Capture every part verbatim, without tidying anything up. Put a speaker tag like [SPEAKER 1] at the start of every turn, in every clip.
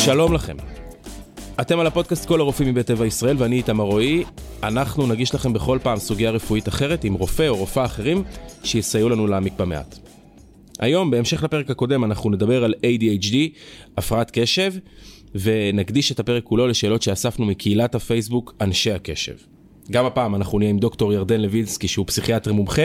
[SPEAKER 1] שלום לכם. אתם על הפודקאסט כל הרופאים מבית טבע ישראל ואני איתמר רועי. אנחנו נגיש לכם בכל פעם סוגיה רפואית אחרת עם רופא או רופאה אחרים שיסייעו לנו להעמיק במעט. היום בהמשך לפרק הקודם אנחנו נדבר על איי די אייץ' די, הפרעת קשב, ונקדיש את הפרק כולו לשאלות שאספנו מקהילת הפייסבוק אנשי הקשב. גם הפעם אנחנו נהיה עם דוקטור ירדן לוינסקי שהוא פסיכיאטר מומחה,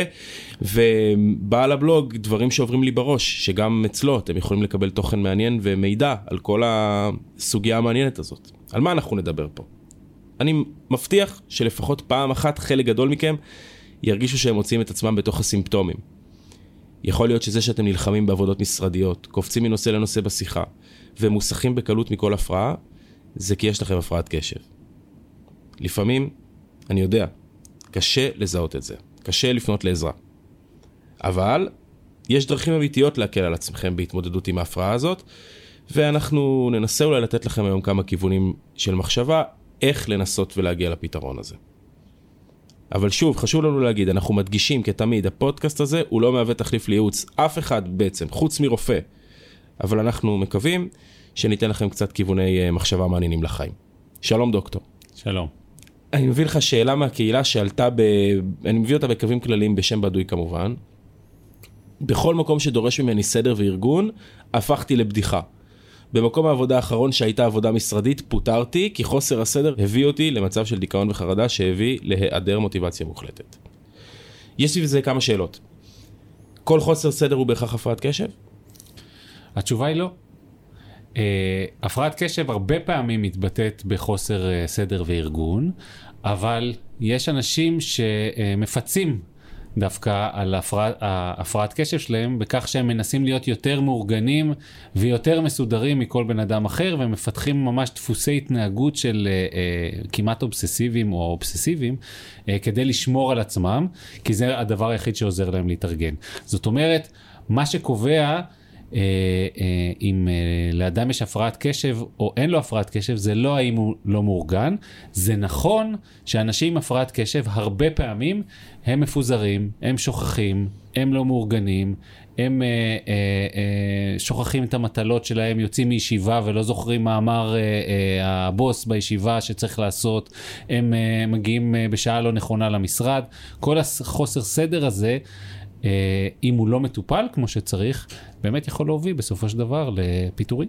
[SPEAKER 1] ובעל הבלוג דברים שעוברים לי בראש, שגם אצלו אתם יכולים לקבל תוכן מעניין ומידע על כל הסוגיה המעניינת הזאת. על מה אנחנו נדבר פה? אני מבטיח שלפחות פעם אחת חלק גדול מכם ירגישו שהם מוצאים את עצמם בתוך הסימפטומים. יכול להיות שזה שאתם נלחמים בעבודות משרדיות, קופצים מנושא לנושא בשיחה, ומוסכים בקלות מכל הפרעה, זה כי יש לכם הפרעת קשב. לפעמים, אני יודע, קשה לזהות את זה, קשה לפנות לעזרה. אבל יש דרכים אמיתיות להקל על עצמכם בהתמודדות עם ההפרעה הזאת, ואנחנו ננסה אולי לתת לכם היום כמה כיוונים של מחשבה, איך לנסות ולהגיע לפתרון הזה. אבל שוב, חשוב לנו להגיד, אנחנו מדגישים כתמיד, הפודקאסט הזה הוא לא מהווה תחליף לייעוץ, אף אחד בעצם, חוץ מרופא. אבל אנחנו מקווים שניתן לכם קצת כיווני מחשבה מעניינים לחיים. שלום דוקטור.
[SPEAKER 2] שלום.
[SPEAKER 1] אני מביא לך שאלה מהקהילה שעלתה, ב... אני מביא אותה בקווים כלליים בשם בדוי כמובן. בכל מקום שדורש ממני סדר וארגון, הפכתי לבדיחה. במקום העבודה האחרון שהייתה עבודה משרדית, פוטרתי, כי חוסר הסדר הביא אותי למצב של דיכאון וחרדה שהביא להיעדר מוטיבציה מוחלטת. יש לי בזה כמה שאלות. כל חוסר סדר הוא בהכרח הפרעת קשב?
[SPEAKER 2] התשובה היא לא. Uh, הפרעת קשב הרבה פעמים מתבטאת בחוסר uh, סדר וארגון, אבל יש אנשים שמפצים דווקא על הפרעת, הפרעת קשב שלהם בכך שהם מנסים להיות יותר מאורגנים ויותר מסודרים מכל בן אדם אחר, ומפתחים ממש דפוסי התנהגות של uh, uh, כמעט אובססיביים או אובססיביים uh, כדי לשמור על עצמם, כי זה הדבר היחיד שעוזר להם להתארגן. זאת אומרת, מה שקובע אם לאדם יש הפרעת קשב או אין לו הפרעת קשב, זה לא האם הוא לא מאורגן. זה נכון שאנשים עם הפרעת קשב הרבה פעמים הם מפוזרים, הם שוכחים, הם לא מאורגנים, הם שוכחים את המטלות שלהם, יוצאים מישיבה ולא זוכרים מה אמר הבוס בישיבה שצריך לעשות, הם מגיעים בשעה לא נכונה למשרד. כל החוסר סדר הזה, אם הוא לא מטופל כמו שצריך, באמת יכול להוביל בסופו של דבר לפיטורים.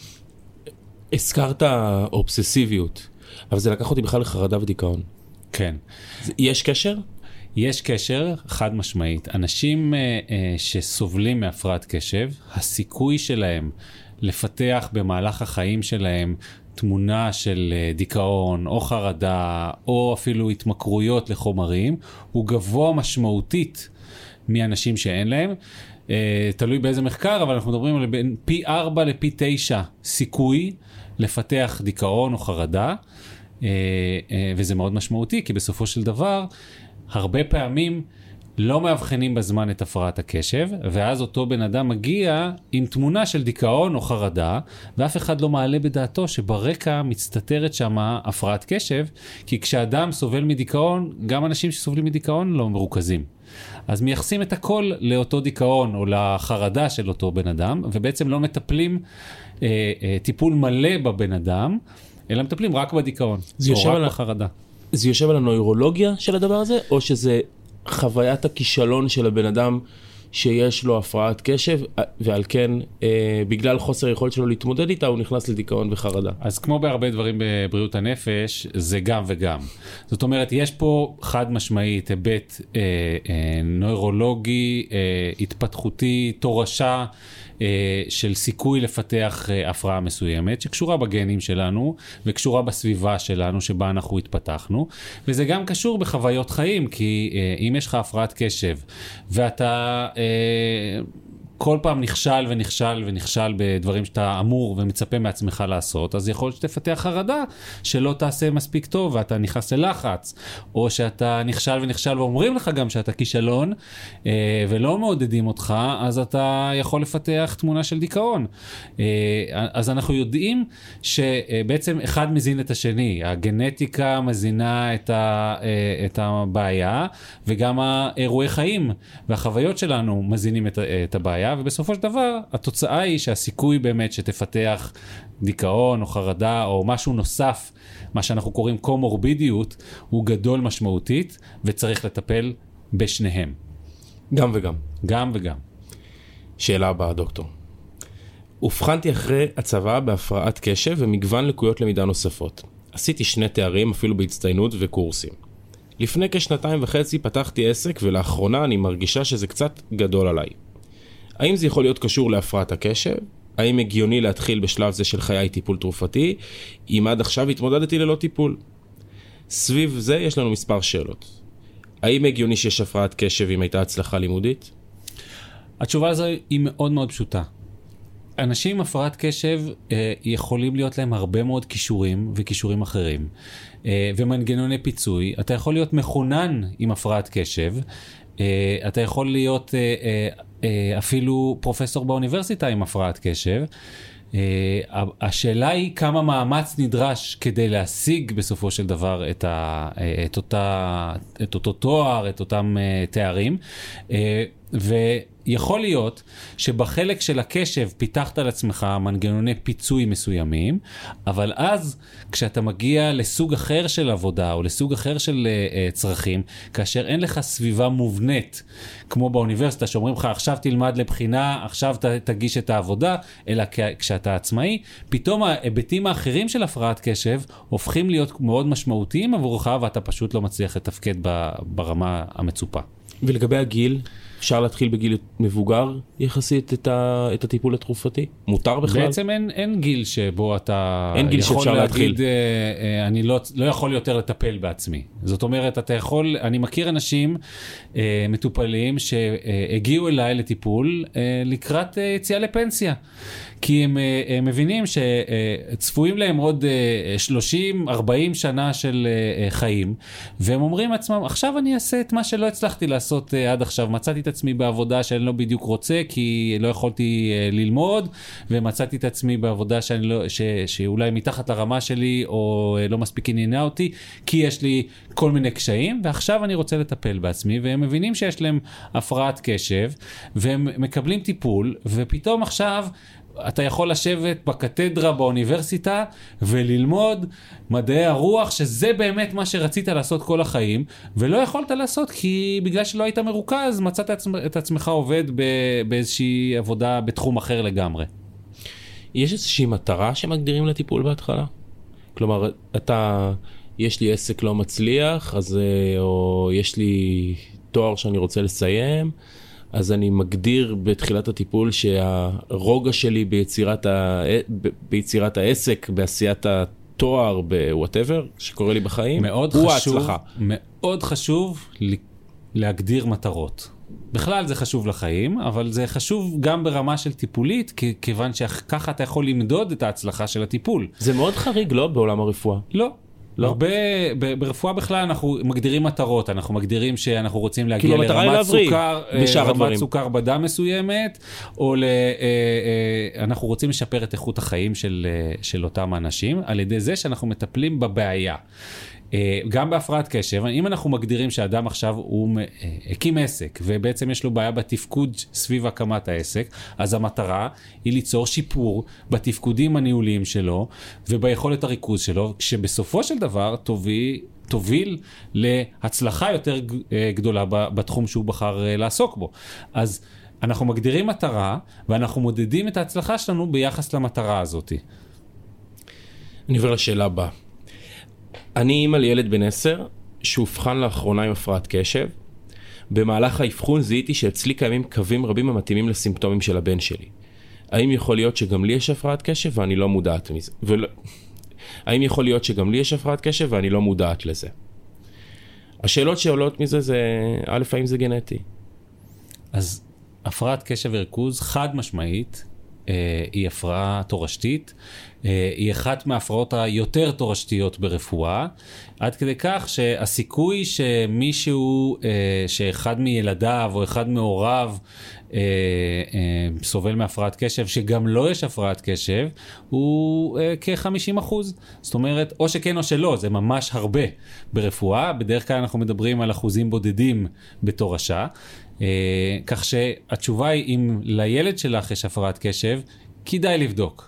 [SPEAKER 1] הזכרת אובססיביות, אבל זה לקח אותי בכלל לחרדה ודיכאון.
[SPEAKER 2] כן.
[SPEAKER 1] יש קשר?
[SPEAKER 2] יש קשר, חד משמעית. אנשים שסובלים מהפרעת קשב, הסיכוי שלהם לפתח במהלך החיים שלהם תמונה של דיכאון או חרדה או אפילו התמכרויות לחומרים, הוא גבוה משמעותית מאנשים שאין להם. Uh, תלוי באיזה מחקר, אבל אנחנו מדברים על בין פי ארבע לפי תשע סיכוי לפתח דיכאון או חרדה, uh, uh, וזה מאוד משמעותי, כי בסופו של דבר, הרבה פעמים לא מאבחנים בזמן את הפרעת הקשב, ואז אותו בן אדם מגיע עם תמונה של דיכאון או חרדה, ואף אחד לא מעלה בדעתו שברקע מצטטרת שמה הפרעת קשב, כי כשאדם סובל מדיכאון, גם אנשים שסובלים מדיכאון לא מרוכזים. אז מייחסים את הכל לאותו דיכאון או לחרדה של אותו בן אדם, ובעצם לא מטפלים אה, אה, טיפול מלא בבן אדם, אלא מטפלים רק בדיכאון או רק על... בחרדה.
[SPEAKER 1] זה יושב על הנוירולוגיה של הדבר הזה, או שזה חוויית הכישלון של הבן אדם שיש לו הפרעת קשב, ועל כן, אה, בגלל חוסר יכולת שלו להתמודד איתה, הוא נכנס לדיכאון וחרדה?
[SPEAKER 2] אז כמו בהרבה דברים בבריאות הנפש, זה גם וגם. זאת אומרת, יש פה חד משמעית, היבט אה, אה, נוירולוגי, אה, התפתחותי, תורשה, אה, של סיכוי לפתח אה, הפרעה מסוימת, שקשורה בגנים שלנו, וקשורה בסביבה שלנו, שבה אנחנו התפתחנו, וזה גם קשור בחוויות חיים, כי אה, אם יש לך הפרעת קשב, ואתה... אה, כל פעם נכשל ונכשל ונכשל בדברים שאתה אמור ומצפה מעצמך לעשות, אז יכול להיות שתפתח חרדה שלא תעשה מספיק טוב ואתה נכנס ללחץ, או שאתה נכשל ונכשל ואומרים לך גם שאתה כישלון ולא מעודדים אותך, אז אתה יכול לפתח תמונה של דיכאון. אז אנחנו יודעים שבעצם אחד מזין את השני, הגנטיקה מזינה את, ה, את הבעיה, וגם האירועי חיים והחוויות שלנו מזינים את, את הבעיה. הבעיה, ובסופו של דבר התוצאה היא שהסיכוי באמת שתפתח דיכאון או חרדה או משהו נוסף, מה שאנחנו קוראים קומורבידיות, הוא גדול משמעותית וצריך לטפל בשניהם.
[SPEAKER 1] גם וגם.
[SPEAKER 2] גם וגם.
[SPEAKER 1] שאלה הבאה, דוקטור. הובחנתי אחרי הצבא בהפרעת קשב ומגוון לקויות למידה נוספות. עשיתי שני תארים, אפילו בהצטיינות וקורסים. לפני כשנתיים וחצי פתחתי עסק, ולאחרונה אני מרגישה שזה קצת גדול עליי. האם זה יכול להיות קשור להפרעת הקשב? האם הגיוני להתחיל בשלב זה של חיי טיפול תרופתי, אם עד עכשיו התמודדתי ללא טיפול? סביב זה יש לנו מספר שאלות. האם הגיוני שיש הפרעת קשב אם הייתה הצלחה לימודית?
[SPEAKER 2] התשובה הזו היא מאוד מאוד פשוטה. אנשים עם הפרעת קשב אה, יכולים להיות להם הרבה מאוד כישורים וכישורים אחרים. אה, ומנגנוני פיצוי. אתה יכול להיות מכונן עם הפרעת קשב. אה, אתה יכול להיות אה, אה, אה, אפילו פרופסור באוניברסיטה עם הפרעת קשב. אה, השאלה היא כמה מאמץ נדרש כדי להשיג בסופו של דבר את, ה, את, אותה, את אותו תואר, את אותם אה, תארים. אה, ו... יכול להיות שבחלק של הקשב פיתחת על עצמך מנגנוני פיצוי מסוימים, אבל אז כשאתה מגיע לסוג אחר של עבודה או לסוג אחר של uh, צרכים, כאשר אין לך סביבה מובנית, כמו באוניברסיטה שאומרים לך עכשיו תלמד לבחינה, עכשיו ת, תגיש את העבודה, אלא כשאתה עצמאי, פתאום ההיבטים האחרים של הפרעת קשב הופכים להיות מאוד משמעותיים עבורך, ואתה פשוט לא מצליח לתפקד ברמה המצופה.
[SPEAKER 1] ולגבי הגיל, אפשר להתחיל בגיל מבוגר יחסית את, ה, את הטיפול התרופתי? מותר בכלל?
[SPEAKER 2] בעצם אין, אין גיל שבו אתה
[SPEAKER 1] אין גיל
[SPEAKER 2] יכול
[SPEAKER 1] שאפשר
[SPEAKER 2] להגיד,
[SPEAKER 1] להתחיל.
[SPEAKER 2] אה, אה, אני לא, לא יכול יותר לטפל בעצמי. זאת אומרת, אתה יכול, אני מכיר אנשים אה, מטופלים שהגיעו אליי לטיפול אה, לקראת אה, יציאה לפנסיה. כי הם, אה, הם מבינים שצפויים להם עוד אה, שלושים ארבעים שנה של אה, חיים, והם אומרים לעצמם, עכשיו אני אעשה את מה שלא הצלחתי לעשות אה, עד עכשיו. מצאתי את עצמי בעבודה שאני לא בדיוק רוצה, כי לא יכולתי אה, ללמוד, ומצאתי את עצמי בעבודה שאני לא, ש, שאולי מתחת לרמה שלי, או אה, לא מספיק עניינה אותי, כי יש לי כל מיני קשיים, ועכשיו אני רוצה לטפל בעצמי, והם מבינים שיש להם הפרעת קשב, והם מקבלים טיפול, ופתאום עכשיו אתה יכול לשבת בקתדרה באוניברסיטה וללמוד מדעי הרוח, שזה באמת מה שרצית לעשות כל החיים, ולא יכולת לעשות כי בגלל שלא היית מרוכז, מצאת את עצמך עובד באיזושהי עבודה בתחום אחר לגמרי.
[SPEAKER 1] יש איזושהי מטרה שמגדירים לטיפול בהתחלה? כלומר, אתה, יש לי עסק לא מצליח, אז, או יש לי תואר שאני רוצה לסיים, אז אני מגדיר בתחילת הטיפול שהרוגע שלי ביצירת, ה... ביצירת העסק, בעשיית התואר, ב-whatever, שקורה לי בחיים, הוא
[SPEAKER 2] חשוב,
[SPEAKER 1] ההצלחה.
[SPEAKER 2] מאוד חשוב להגדיר מטרות. בכלל זה חשוב לחיים, אבל זה חשוב גם ברמה של טיפולית, כיוון שככה אתה יכול למדוד את ההצלחה של הטיפול.
[SPEAKER 1] זה מאוד חריג, לא? בעולם הרפואה.
[SPEAKER 2] לא.
[SPEAKER 1] לא.
[SPEAKER 2] הרבה, ברפואה בכלל אנחנו מגדירים מטרות, אנחנו מגדירים שאנחנו רוצים להגיע לרמת סוכר, רמת סוכר בדם מסוימת, או אנחנו רוצים לשפר את איכות החיים של, של אותם אנשים, על ידי זה שאנחנו מטפלים בבעיה. גם בהפרעת קשב, אם אנחנו מגדירים שאדם עכשיו הוא הקים עסק, ובעצם יש לו בעיה בתפקוד סביב הקמת העסק, אז המטרה היא ליצור שיפור בתפקודים הניהוליים שלו, וביכולת הריכוז שלו, כשבסופו של דבר תוביל, תוביל להצלחה יותר גדולה בתחום שהוא בחר לעסוק בו. אז אנחנו מגדירים מטרה, ואנחנו מודדים את ההצלחה שלנו ביחס למטרה הזאת.
[SPEAKER 1] אני עובר לשאלה הבאה. אני אימא לילד בן עשר, שהובחן לאחרונה עם הפרעת קשב. במהלך האבחון זיהיתי שאצלי קיימים קווים רבים המתאימים לסימפטומים של הבן שלי. האם יכול להיות שגם לי יש הפרעת קשב ואני לא מודעת מזה? ולא... האם יכול להיות שגם לי יש הפרעת קשב ואני לא מודעת לזה? השאלות שעולות מזה זה, א', האם זה גנטי?
[SPEAKER 2] אז הפרעת קשב וריכוז חד משמעית, היא הפרעה תורשתית, היא אחת מההפרעות היותר תורשתיות ברפואה, עד כדי כך שהסיכוי שמישהו, שאחד מילדיו או אחד מהוריו סובל מהפרעת קשב, שגם לא יש הפרעת קשב, הוא כ-חמישים אחוז. זאת אומרת, או שכן או שלא, זה ממש הרבה ברפואה. בדרך כלל אנחנו מדברים על אחוזים בודדים בתורשה. כך שהתשובה היא, אם לילד שלך יש הפרעת קשב, כדאי לבדוק.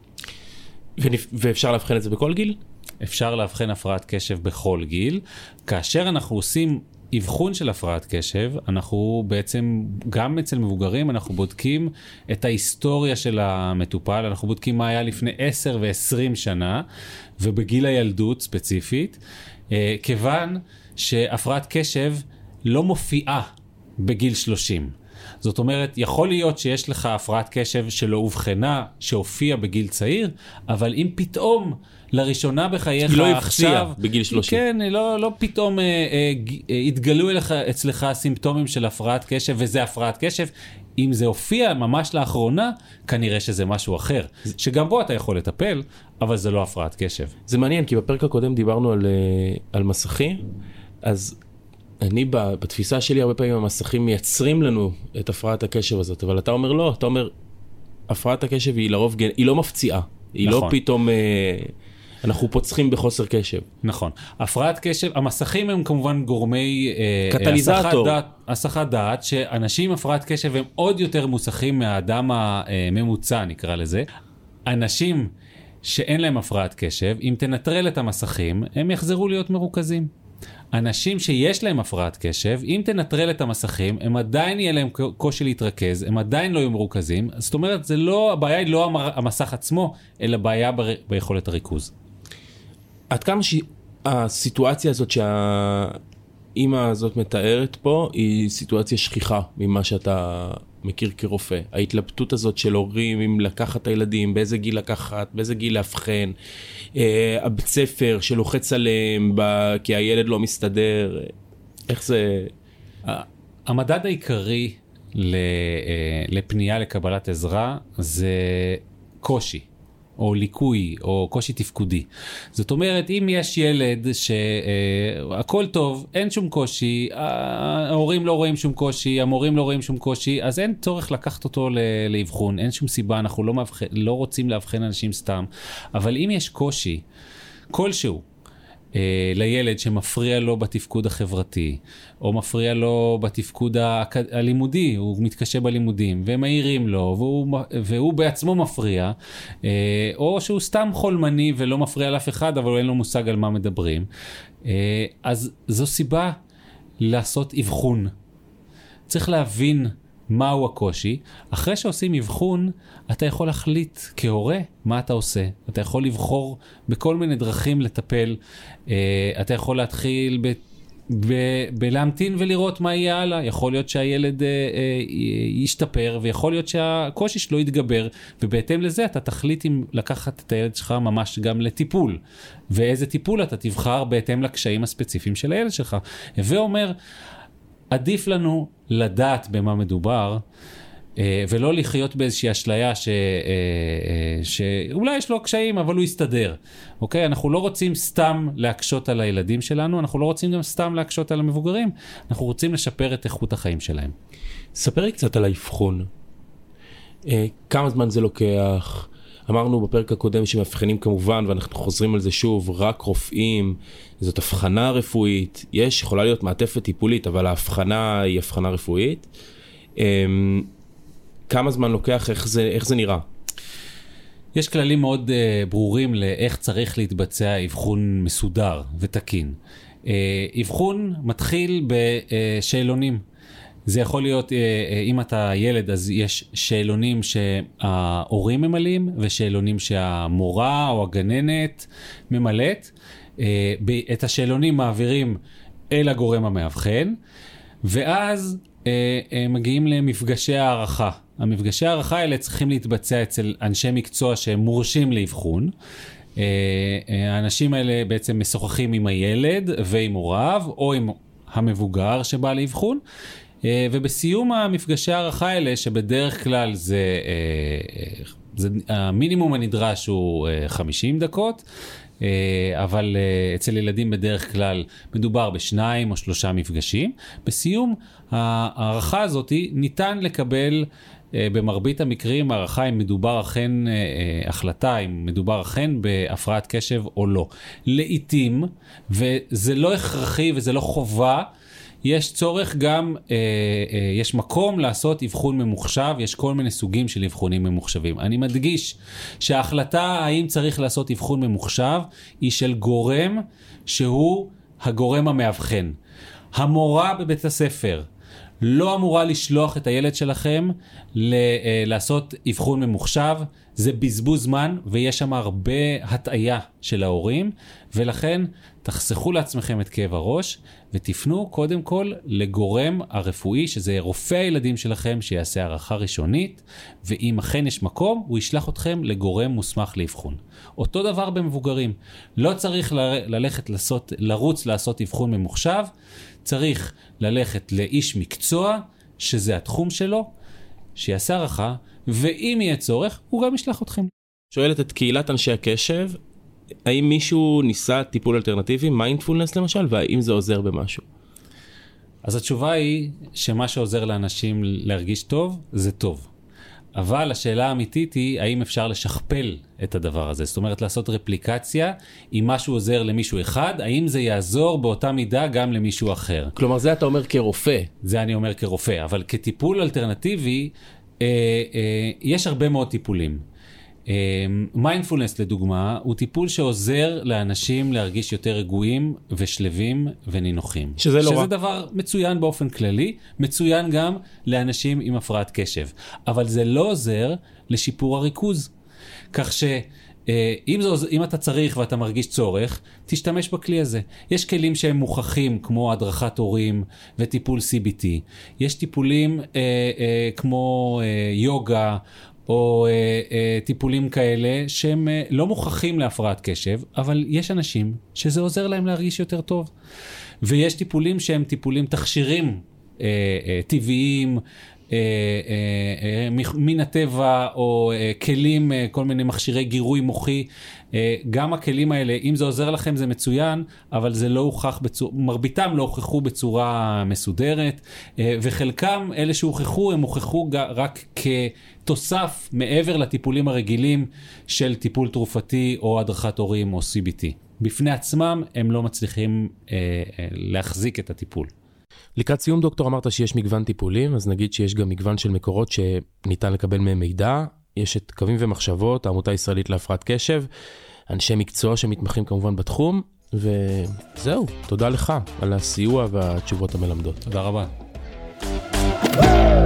[SPEAKER 1] ואפשר להבחן את זה בכל גיל?
[SPEAKER 2] אפשר להבחן הפרעת קשב בכל גיל. כאשר אנחנו עושים אבחון של הפרעת קשב, אנחנו בעצם, גם אצל מבוגרים, אנחנו בודקים את ההיסטוריה של המטופל, אנחנו בודקים מה היה לפני עשר ועשרים שנה, ובגיל הילדות ספציפית, כיוון שהפרעת קשב לא מופיעה בגיל שלושים. זאת אומרת, יכול להיות שיש לך הפרעת קשב שלא הובחנה, שהופיע בגיל צעיר, אבל אם פתאום לראשונה בחייך
[SPEAKER 1] היא לא
[SPEAKER 2] עכשיו,
[SPEAKER 1] בגיל שלושים.
[SPEAKER 2] כן, לא, לא פתאום אה, אה, אה, התגלו אליך, אצלך סימפטומים של הפרעת קשב, וזה הפרעת קשב. אם זה הופיע ממש לאחרונה, כנראה שזה משהו אחר, שגם בו אתה יכול לטפל, אבל זה לא הפרעת קשב.
[SPEAKER 1] זה מעניין, כי בפרק הקודם דיברנו על, על מסכים, אז אני בתפיסה שלי הרבה פעמים המסכים מייצרים לנו את הפרעת הקשב הזאת, אבל אתה אומר לא, אתה אומר, הפרעת הקשב היא לרוב, היא לא מפציעה, היא נכון. לא פתאום, אנחנו פוצחים בחוסר קשב.
[SPEAKER 2] נכון. הפרעת קשב, המסכים הם כמובן גורמי
[SPEAKER 1] קטליזטור.
[SPEAKER 2] הסחת דעת, שאנשים עם הפרעת קשב הם עוד יותר מוסכים מהאדם הממוצע, נקרא לזה. אנשים שאין להם הפרעת קשב, אם תנטרל את המסכים, הם יחזרו להיות מרוכזים. אנשים שיש להם הפרעת קשב, אם תנטרל את המסכים, הם עדיין יהיה להם קושי להתרכז, הם עדיין לא יהיו מרוכזים. זאת אומרת, זה לא, הבעיה היא לא המסך עצמו, אלא בעיה ב, ביכולת הריכוז.
[SPEAKER 1] עד כמה שהסיטואציה הזאת שהאימא הזאת מתארת פה, היא סיטואציה שכיחה ממה שאתה מכיר כרופא. ההתלבטות הזאת של הורים, אם לקחת את הילדים, באיזה גיל לקחת, באיזה גיל להבחן, אה, הבית ספר שלוחץ עליהם, ב... כי הילד לא מסתדר, איך זה?
[SPEAKER 2] המדד העיקרי לפנייה לקבלת עזרה זה קושי. או ליקוי, או קושי תפקודי. זאת אומרת, אם יש ילד שהכל טוב, אין שום קושי, ההורים לא רואים שום קושי, המורים לא רואים שום קושי, אז אין צורך לקחת אותו לאבחון, אין שום סיבה, אנחנו לא, מבחן, לא רוצים להבחן אנשים סתם. אבל אם יש קושי, כלשהו, לילד שמפריע לו בתפקוד החברתי, או מפריע לו בתפקוד הלימודי, הוא מתקשה בלימודים, והם מעירים לו, והוא, והוא בעצמו מפריע, או שהוא סתם חולמני ולא מפריע לאף אחד, אבל אין לו מושג על מה מדברים, אז זו סיבה לעשות אבחון. צריך להבין מהו הקושי. אחרי שעושים אבחון, אתה יכול להחליט כהורה מה אתה עושה. אתה יכול לבחור בכל מיני דרכים לטפל. אתה יכול להתחיל ב... ב- בלהמתין ולראות מה יהיה הלאה. יכול להיות שהילד אה, אה, ישתפר, ויכול להיות שהקושי שלו יתגבר, ובהתאם לזה אתה תחליט אם לקחת את הילד שלך ממש גם לטיפול, ואיזה טיפול אתה תבחר בהתאם לקשיים הספציפיים של הילד שלך. ואומר, עדיף לנו לדעת במה מדובר, ולא לחיות באיזושהי אשליה ש... שאולי יש לו קשיים, אבל הוא יסתדר. אוקיי? אנחנו לא רוצים סתם להקשות על הילדים שלנו, אנחנו לא רוצים גם סתם להקשות על המבוגרים, אנחנו רוצים לשפר את איכות החיים שלהם.
[SPEAKER 1] ספר לי קצת על האבחון. כמה זמן זה לוקח? אמרנו בפרק הקודם שמבחנים כמובן, ואנחנו חוזרים על זה שוב, רק רופאים, זאת הבחנה רפואית. יש, יכולה להיות מעטפת טיפולית, אבל ההבחנה היא הבחנה רפואית. כמה זמן לוקח, איך זה, איך זה נראה?
[SPEAKER 2] יש כללים מאוד uh, ברורים לאיך צריך להתבצע אבחון מסודר ותקין. Uh, אבחון מתחיל בשאלונים. זה יכול להיות, uh, uh, אם אתה ילד, אז יש שאלונים שההורים ממלאים, ושאלונים שהמורה או הגננת ממלאת. Uh, את השאלונים מעבירים אל הגורם המאבחן, ואז uh, uh, מגיעים למפגשי הערכה. המפגשי הערכה האלה צריכים להתבצע אצל אנשי מקצוע שהם מורשים לאבחון. האנשים האלה בעצם משוחחים עם הילד ועם הוריו, או עם המבוגר שבא לאבחון, ובסיום המפגשי הערכה האלה, שבדרך כלל זה, זה המינימום הנדרש הוא חמישים דקות, אבל אצל ילדים בדרך כלל מדובר בשניים או שלושה מפגשים. בסיום הערכה הזאת ניתן לקבל במרבית המקרים הערכה אם מדובר אכן החלטה, אם מדובר אכן בהפרעת קשב או לא. לעתים, וזה לא הכרחי וזה לא חובה, יש צורך גם, אה, אה, יש מקום לעשות אבחון ממוחשב, יש כל מיני סוגים של אבחונים ממוחשבים. אני מדגיש שההחלטה האם צריך לעשות אבחון ממוחשב, היא של גורם שהוא הגורם המאבחן. המורה בבית הספר לא אמורה לשלוח את הילד שלכם ל- לעשות אבחון ממוחשב, זה בזבוז זמן ויש שם הרבה הטעיה של ההורים, ולכן תחסכו לעצמכם את כאב הראש ותפנו קודם כל לגורם הרפואי, שזה רופא הילדים שלכם שיעשה הערכה ראשונית, ואם אכן יש מקום הוא ישלח אתכם לגורם מוסמך לאבחון. אותו דבר במבוגרים, לא צריך ל- ללכת לעשות, לרוץ לעשות אבחון ממוחשב, צריך ללכת לאיש מקצוע, שזה התחום שלו, שיעשה הערכה, ואם יהיה צורך, הוא גם ישלח אתכם.
[SPEAKER 1] שואלת את קהילת אנשי הקשב, האם מישהו ניסה טיפול אלטרנטיבי, מיינדפולנס למשל, והאם זה עוזר במשהו?
[SPEAKER 2] אז התשובה היא שמה שעוזר לאנשים להרגיש טוב, זה טוב. אבל השאלה האמיתית היא, האם אפשר לשכפל את הדבר הזה? זאת אומרת, לעשות רפליקציה, אם משהו עוזר למישהו אחד, האם זה יעזור באותה מידה גם למישהו אחר?
[SPEAKER 1] כלומר, זה אתה אומר כרופא.
[SPEAKER 2] זה אני אומר כרופא, אבל כטיפול אלטרנטיבי, אה, אה, יש הרבה מאוד טיפולים. מיינדפולנס לדוגמה, הוא טיפול שעוזר לאנשים להרגיש יותר רגועים ושלבים ונינוחים.
[SPEAKER 1] שזה לא
[SPEAKER 2] שזה
[SPEAKER 1] רע.
[SPEAKER 2] דבר מצוין באופן כללי, מצוין גם לאנשים עם הפרעת קשב. אבל זה לא עוזר לשיפור הריכוז. כך ש... אם, זה, אם אתה צריך ואתה מרגיש צורך, תשתמש בכלי הזה. יש כלים שהם מוכחים, כמו הדרכת הורים וטיפול סי בי טי. יש טיפולים אה, אה, כמו אה, יוגה, או אה, אה, טיפולים כאלה שהם אה, לא מוכחים להפרעת קשב, אבל יש אנשים שזה עוזר להם להרגיש יותר טוב. ויש טיפולים שהם טיפולים תכשירים אה, אה, טבעיים, אה, אה, אה, מן הטבע, או אה, כלים, אה, כל מיני מכשירי גירוי מוחי. אה, גם הכלים האלה, אם זה עוזר לכם זה מצוין, אבל זה לא הוכח בצורה, מרביתם לא הוכחו בצורה מסודרת, אה, וחלקם, אלה שהוכחו, הם הוכחו רק כתוסף מעבר לטיפולים הרגילים של טיפול תרופתי או הדרכת הורים או סי בי טי. בפני עצמם הם לא מצליחים אה, אה, להחזיק את הטיפול.
[SPEAKER 1] לקראת סיום דוקטור אמרת שיש מגוון טיפולים, אז נגיד שיש גם מגוון של מקורות שניתן לקבל מהם מידע. יש את קווים ומחשבות, העמותה הישראלית להפרעת קשב, אנשי מקצוע שמתמחים כמובן בתחום, וזהו, תודה לך על הסיוע והתשובות המלמדות.
[SPEAKER 2] תודה רבה.